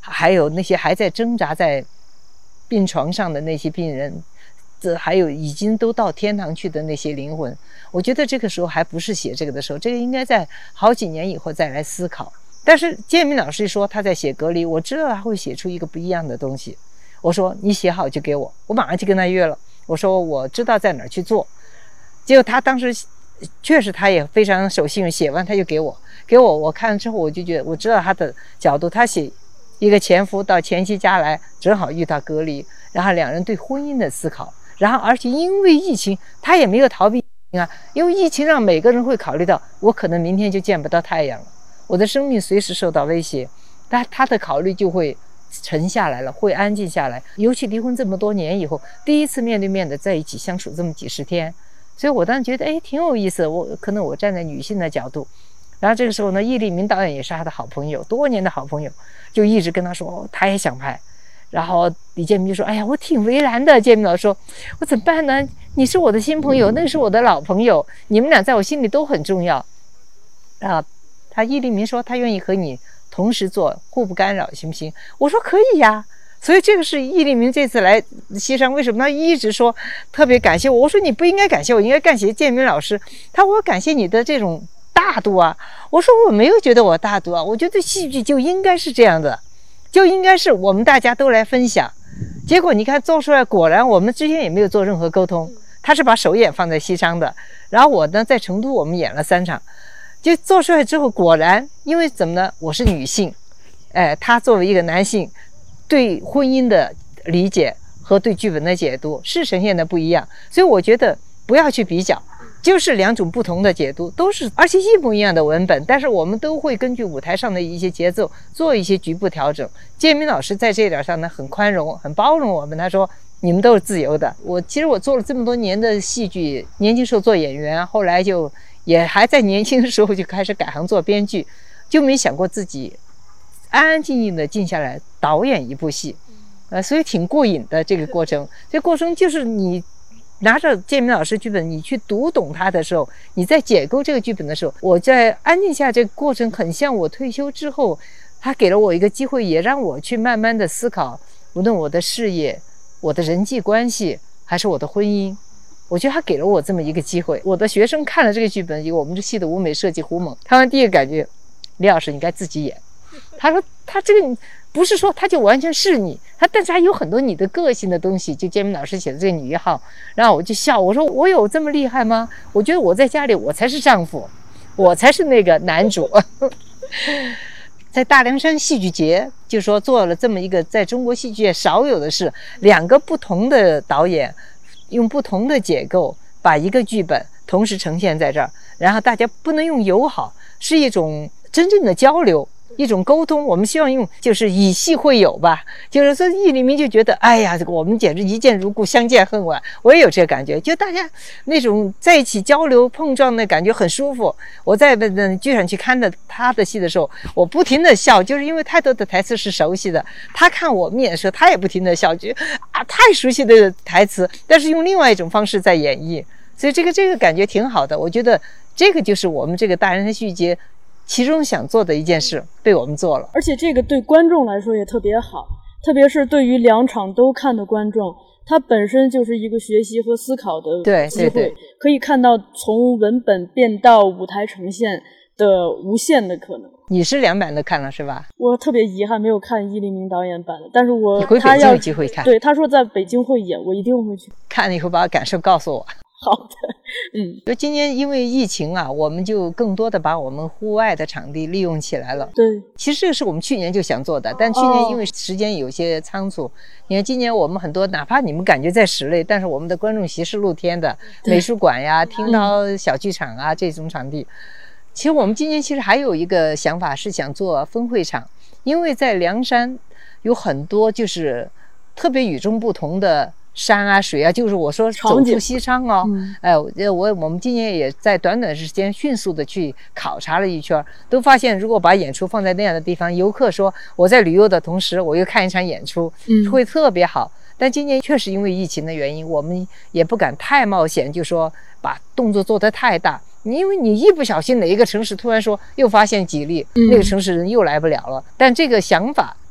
还有那些还在挣扎在病床上的那些病人，这还有已经都到天堂去的那些灵魂，我觉得这个时候还不是写这个的时候，这个应该在好几年以后再来思考。但是建明老师说他在写隔离，我知道他会写出一个不一样的东西。我说你写好就给我，我马上就跟他约了。我说我知道在哪儿去做。结果他当时确实他也非常守信用，写完他就给我，给我我看了之后我就觉得我知道他的角度。他写一个前夫到前妻家来，正好遇到隔离，然后两人对婚姻的思考，然后而且因为疫情他也没有逃避啊，因为疫情让每个人会考虑到我可能明天就见不到太阳了，我的生命随时受到威胁，但他的考虑就会沉下来了，会安静下来。尤其离婚这么多年以后，第一次面对面的在一起相处这么几十天，所以我当时觉得哎挺有意思。我可能我站在女性的角度，然后这个时候呢，易立明导演也是他的好朋友，多年的好朋友，就一直跟他说、哦、他也想拍。然后李建明就说哎呀我挺为难的。建明老师说我怎么办呢，你是我的新朋友，那是我的老朋友，你们俩在我心里都很重要啊。他易立明说他愿意和你同时做，互不干扰，行不行？我说可以呀。所以这个是易立明这次来西山为什么他一直说特别感谢我。我说你不应该感谢我，应该感谢建明老师。他说我感谢你的这种大度啊。我说我没有觉得我大度啊，我觉得戏剧就应该是这样的，就应该是我们大家都来分享。结果你看做出来，果然我们之间也没有做任何沟通。他是把首演放在西昌的，然后我呢在成都我们演了三场，就做出来之后，果然因为怎么呢？我是女性，哎，他作为一个男性，对婚姻的理解和对剧本的解读是呈现的不一样，所以我觉得不要去比较，就是两种不同的解读，都是而且一模一样的文本，但是我们都会根据舞台上的一些节奏做一些局部调整。建明老师在这一点上呢很宽容，很包容我们，他说你们都是自由的。我其实我做了这么多年的戏剧，年轻时候做演员，后来就也还在年轻的时候就开始改行做编剧，就没想过自己安安静静的静下来导演一部戏，呃，所以挺过瘾的这个过程。这过程就是你拿着建明老师剧本，你去读懂它的时候，你在解构这个剧本的时候，我在安静下这个过程，很像我退休之后，他给了我一个机会，也让我去慢慢的思考，无论我的事业、我的人际关系，还是我的婚姻。我觉得他给了我这么一个机会。我的学生看了这个剧本，有我们这系的舞美设计胡猛，他们第一个感觉，李老师你该自己演。他说他这个不是说他就完全是你，他但是还有很多你的个性的东西。就建明老师写的这个女一号，然后我就笑，我说我有这么厉害吗？我觉得我在家里我才是丈夫，我才是那个男主。在大凉山戏剧节，就说做了这么一个在中国戏剧界少有的是，两个不同的导演用不同的结构把一个剧本同时呈现在这儿，然后大家不能用友好，是一种真正的交流，一种沟通。我们希望用就是以戏会友吧，就是说易立明就觉得哎呀，这个我们简直一见如故，相见恨晚。我也有这个感觉，就大家那种在一起交流碰撞的感觉很舒服。我在剧场去看的他的戏的时候，我不停的笑，就是因为太多的台词是熟悉的。他看我面的时候，他也不停的笑，就啊太熟悉的台词，但是用另外一种方式在演绎，所以这个这个感觉挺好的。我觉得这个就是我们这个大凉山戏剧节其中想做的一件事被我们做了。 而且这个对观众来说也特别好，特别是对于两场都看的观众，它本身就是一个学习和思考的机会， 对对对， 可以看到从文本变到舞台呈现的无限的可能。 你是两版都看了是吧？ 我特别遗憾没有看易立明导演版的，但是我你回北京有机会看。 对，他说在北京会演，我一定会去看了以后把感受告诉我。 好的，嗯， 就今年因为疫情啊，我们就更多的把我们户外的场地利用起来了。 对， 其实这个是我们去年就想做的，但去年因为时间有些仓促。哦、你看今年我们很多，哪怕你们感觉在室内，但是我们的观众席是露天的，美术馆呀、听涛小剧场啊、嗯、这种场地。其实我们今年其实还有一个想法是想做分会场，因为在凉山有很多就是特别与众不同的山啊水啊，就是我说走出西昌哦，嗯、哎，我我我们今年也在短短时间迅速的去考察了一圈，都发现如果把演出放在那样的地方，游客说我在旅游的同时我又看一场演出，嗯，会特别好。但今年确实因为疫情的原因，我们也不敢太冒险，就说把动作做得太大。因为你一不小心哪一个城市突然说又发现几例，嗯、那个城市人又来不了了。但这个想法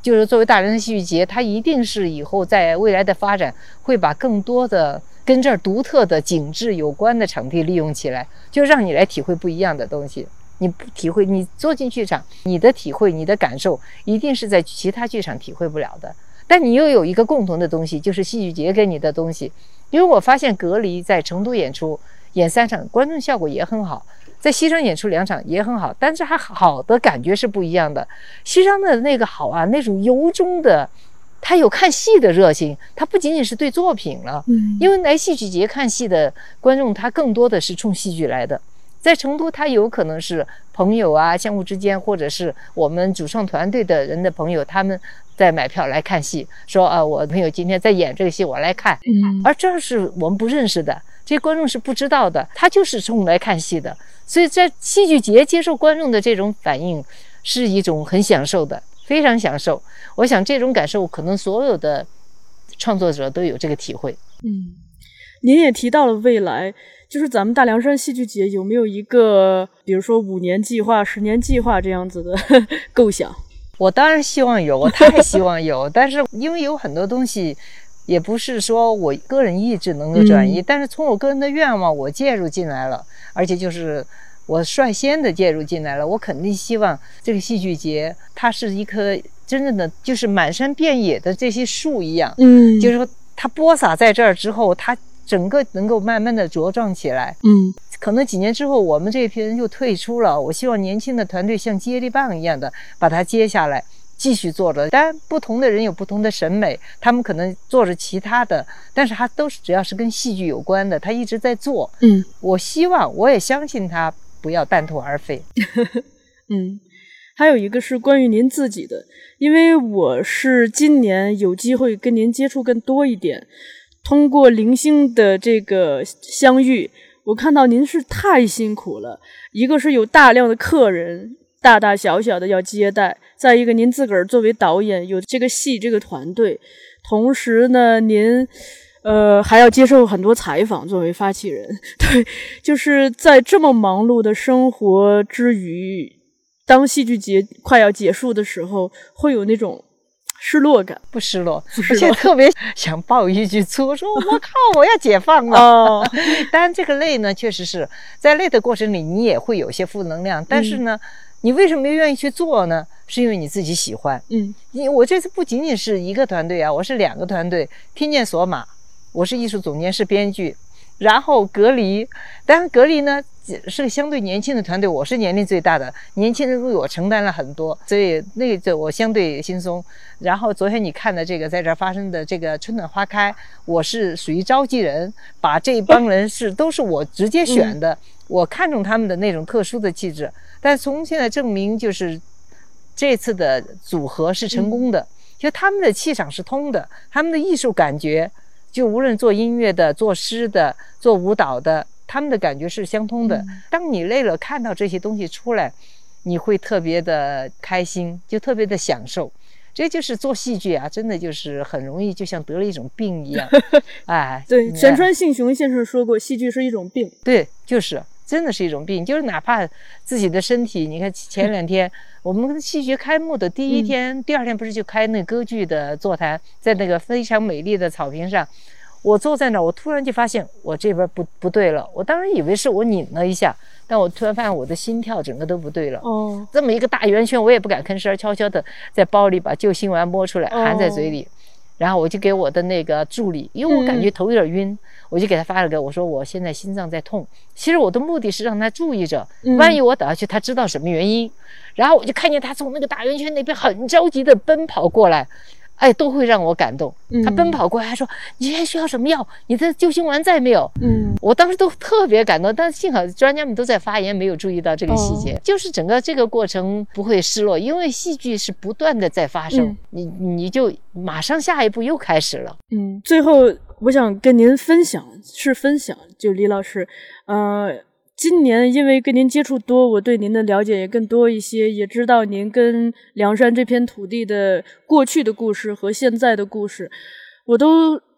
就是作为大凉山戏剧节，它一定是以后在未来的发展会把更多的跟这儿独特的景致有关的场地利用起来，就让你来体会不一样的东西。你不体会，你坐进剧场，你的体会、你的感受一定是在其他剧场体会不了的。但你又有一个共同的东西，就是戏剧节给你的东西。因为我发现隔离在成都演出演三场，观众效果也很好，在西昌演出两场也很好，但是它好的感觉是不一样的。西昌的那个好啊，那种由衷的，他有看戏的热情，他不仅仅是对作品了，嗯，因为来戏剧节看戏的观众，他更多的是冲戏剧来的。在成都，他有可能是朋友啊，相互之间，或者是我们主创团队的人的朋友，他们在买票来看戏，说啊，我朋友今天在演这个戏，我来看。嗯，而这是我们不认识的，这些观众是不知道的，他就是冲来看戏的。所以在戏剧节接受观众的这种反应，是一种很享受的，非常享受。我想这种感受，可能所有的创作者都有这个体会。 嗯，您也提到了未来。就是咱们大凉山戏剧节有没有一个，比如说五年计划、十年计划这样子的呵呵构想？ 我当然希望有，我太希望有，但是因为有很多东西，也不是说我个人意志能够转移，嗯、但是从我个人的愿望，我介入进来了，而且就是我率先的介入进来了。我肯定希望这个戏剧节，它是一棵真正的就是满山遍野的这些树一样，嗯，就是说它播撒在这儿之后，它整个能够慢慢的茁壮起来，嗯，可能几年之后我们这批人就退出了，我希望年轻的团队像接力棒一样的把它接下来继续做着。当然不同的人有不同的审美，他们可能做着其他的，但是他都是只要是跟戏剧有关的，他一直在做，嗯，我希望我也相信他不要半途而废。 嗯，还有一个是关于您自己的，因为我是今年有机会跟您接触更多一点，通过零星的这个相遇，我看到您是太辛苦了。一个是有大量的客人，大大小小的要接待，再一个您自个儿作为导演有这个戏这个团队，同时呢您呃还要接受很多采访，作为发起人，对，就是在这么忙碌的生活之余，当戏剧节快要结束的时候，会有那种失落感。 不失落，而且特别想爆一句粗，说我靠，我要解放了。哦，当然这个累呢，确实是在累的过程里，你也会有些负能量，但是呢、嗯、你为什么愿意去做呢？是因为你自己喜欢。嗯，你我这次不仅仅是一个团队啊，我是两个团队，听见索马，我是艺术总监，是编剧，然后隔离，当然隔离呢是个相对年轻的团队，我是年龄最大的，年轻人为我承担了很多，所以那个我相对轻松。然后昨天你看的这个在这儿发生的这个春暖花开，我是属于召集人，把这帮人是都是我直接选的、嗯、我看中他们的那种特殊的气质，但从现在证明就是这次的组合是成功的、嗯、就他们的气场是通的，他们的艺术感觉，就无论做音乐的、做诗的、做舞蹈的，他们的感觉是相通的、嗯、当你累了看到这些东西出来，你会特别的开心，就特别的享受。这就是做戏剧啊，真的就是很容易就像得了一种病一样。哎， 对，全川幸雄先生说过，戏剧是一种病。 对，就是真的是一种病，就是哪怕自己的身体，你看前两天我们戏剧开幕的第一天、嗯、第二天不是就开那个歌剧的座谈，在那个非常美丽的草坪上，我坐在那儿，我突然就发现我这边不不对了，我当时以为是我拧了一下，但我突然发现我的心跳整个都不对了。哦，这么一个大圆圈，我也不敢吭声，悄悄的在包里把救心丸摸出来，含在嘴里。哦，然后我就给我的那个助理，因为我感觉头有点晕、嗯、我就给他发了个，我说我现在心脏在痛。其实我的目的是让他注意着，万一我倒下去他知道什么原因、嗯、然后我就看见他从那个大圆圈那边很着急的奔跑过来，哎，都会让我感动。他奔跑过来还说、嗯、你现在需要什么药，你的救心丸在没有？嗯，我当时都特别感动，但是幸好专家们都在发言，没有注意到这个细节、哦、就是整个这个过程不会失落，因为戏剧是不断的在发生、嗯、你你就马上下一步又开始了。 嗯，最后我想跟您分享是分享就李老师呃今年因为跟您接触多，我对您的了解也更多一些，也知道您跟凉山这片土地的过去的故事和现在的故事，我都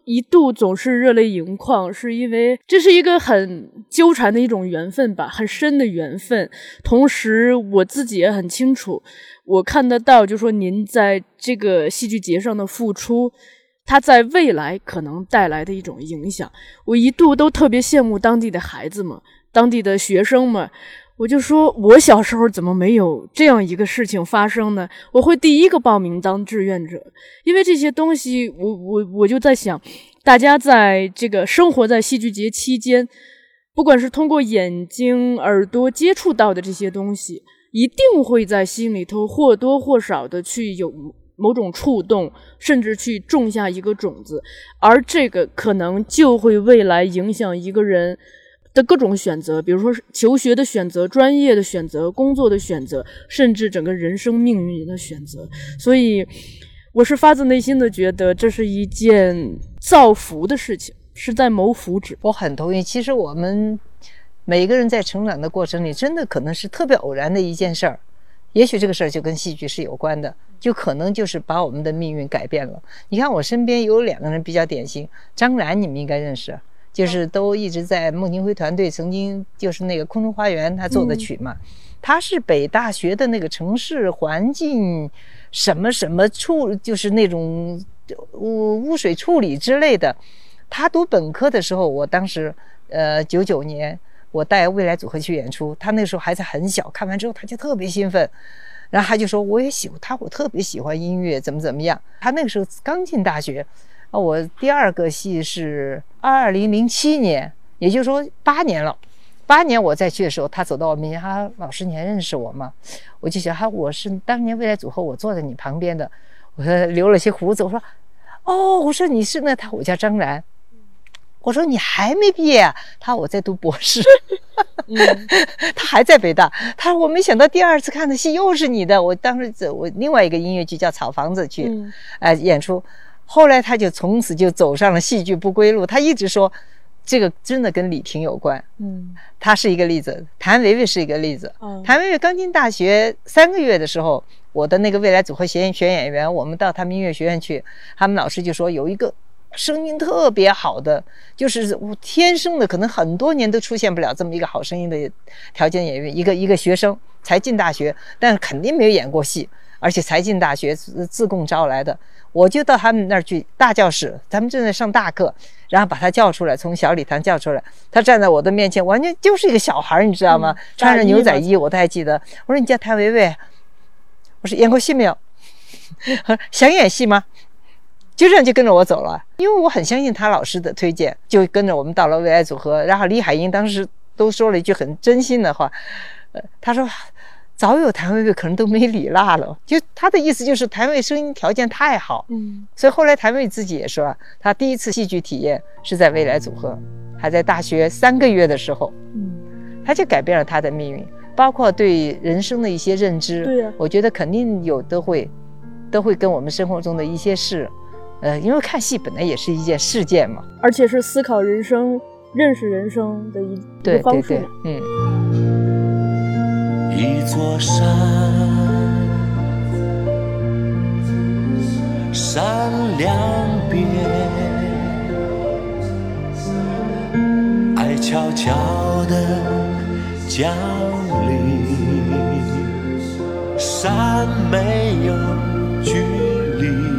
一度总是热泪盈眶，是因为这是一个很纠缠的一种缘分吧，很深的缘分。同时我自己也很清楚，我看得到就是说您在这个戏剧节上的付出，它在未来可能带来的一种影响。我一度都特别羡慕当地的孩子们，当地的学生们，我就说我小时候怎么没有这样一个事情发生呢？我会第一个报名当志愿者，因为这些东西我我我就在想，大家在这个生活在戏剧节期间，不管是通过眼睛耳朵接触到的这些东西，一定会在心里头或多或少的去有某种触动，甚至去种下一个种子，而这个可能就会未来影响一个人的各种选择，比如说求学的选择、专业的选择、工作的选择，甚至整个人生命运的选择。所以我是发自内心的觉得这是一件造福的事情，是在谋福祉。 我很同意，其实我们每个人在成长的过程里，真的可能是特别偶然的一件事儿，也许这个事儿就跟戏剧是有关的，就可能就是把我们的命运改变了。你看我身边有两个人比较典型，张然你们应该认识，就是都一直在孟京辉团队，曾经就是那个空中花园他做的曲嘛、嗯、他是北大学的那个城市环境什么什么处，就是那种污污水处理之类的。他读本科的时候，我当时呃九九年我带未来组合去演出，他那时候孩子很小，看完之后他就特别兴奋，然后他就说我也喜欢他，我特别喜欢音乐，怎么怎么样。他那个时候刚进大学，我第二个戏是二零零七年，也就是说八年了。八年我再去的时候，他走到我面前，他老师你还认识我吗？我就想他我是当年未来组合，我坐在你旁边的。我说留了些胡子，我说哦，我说你是那他，我叫张然。我说你还没毕业啊？他我在读博士。嗯、他还在北大。他说我没想到第二次看的戏又是你的。我当时我另外一个音乐剧叫《草房子》去、嗯呃、演出，后来他就从此就走上了戏剧不归路。他一直说这个真的跟李婷有关。嗯，他是一个例子，谭维维是一个例子。嗯、谭维维刚进大学三个月的时候，我的那个未来组合选选演员，我们到他们音乐学院去，他们老师就说有一个声音特别好的，就是天生的，可能很多年都出现不了这么一个好声音的条件演员，一个一个学生才进大学，但肯定没有演过戏，而且才进大学自贡招来的。我就到他们那儿去大教室，他们正在上大课，然后把他叫出来，从小礼堂叫出来，他站在我的面前，完全就是一个小孩，你知道吗？嗯、穿着牛仔衣，我都还记得。我说你叫谭维维，我说演过戏没有？想演戏吗？就这样就跟着我走了，因为我很相信他老师的推荐，就跟着我们到了未来组合。然后李海英当时都说了一句很真心的话，呃，他说早有谭维维可能都没李娜了，就他的意思就是谭维维声音条件太好，嗯，所以后来谭维维自己也说，他第一次戏剧体验是在未来组合，还在大学三个月的时候，嗯，他就改变了他的命运，包括对人生的一些认知，对呀、啊，我觉得肯定有都会都会跟我们生活中的一些事。呃，因为看戏本来也是一件事件嘛， 而且是思考人生、认识人生的一对一个方式。 对对，嗯。 一座山，山两边，爱悄悄地降临，山没有距离。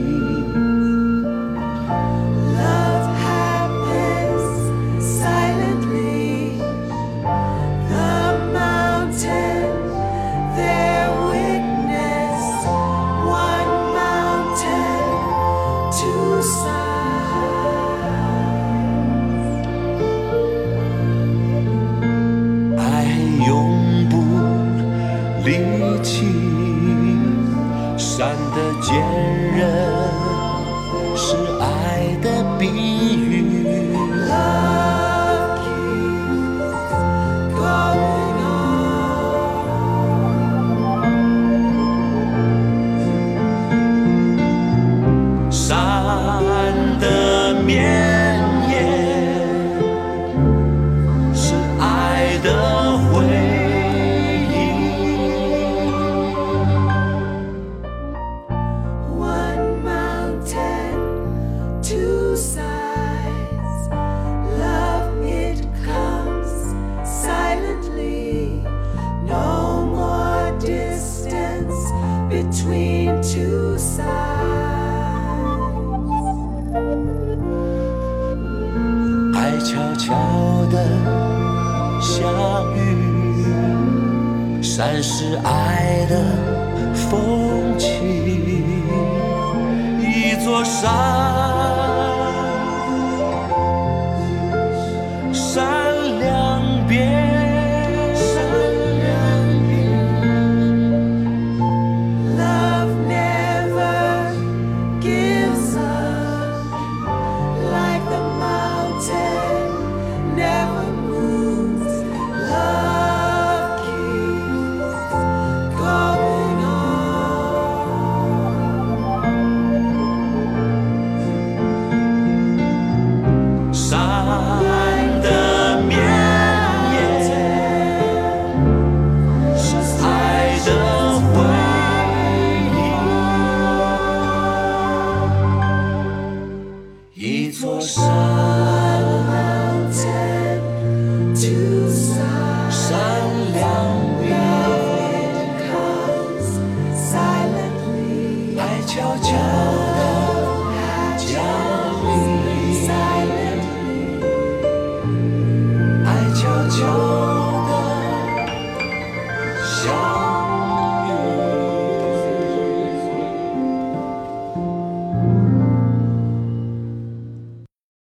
山的坚韧是爱的比喻。Love keeps going on。山的绵延是爱的回忆。 爱悄悄地相遇，山是爱的风景，一座山，山两边。悄悄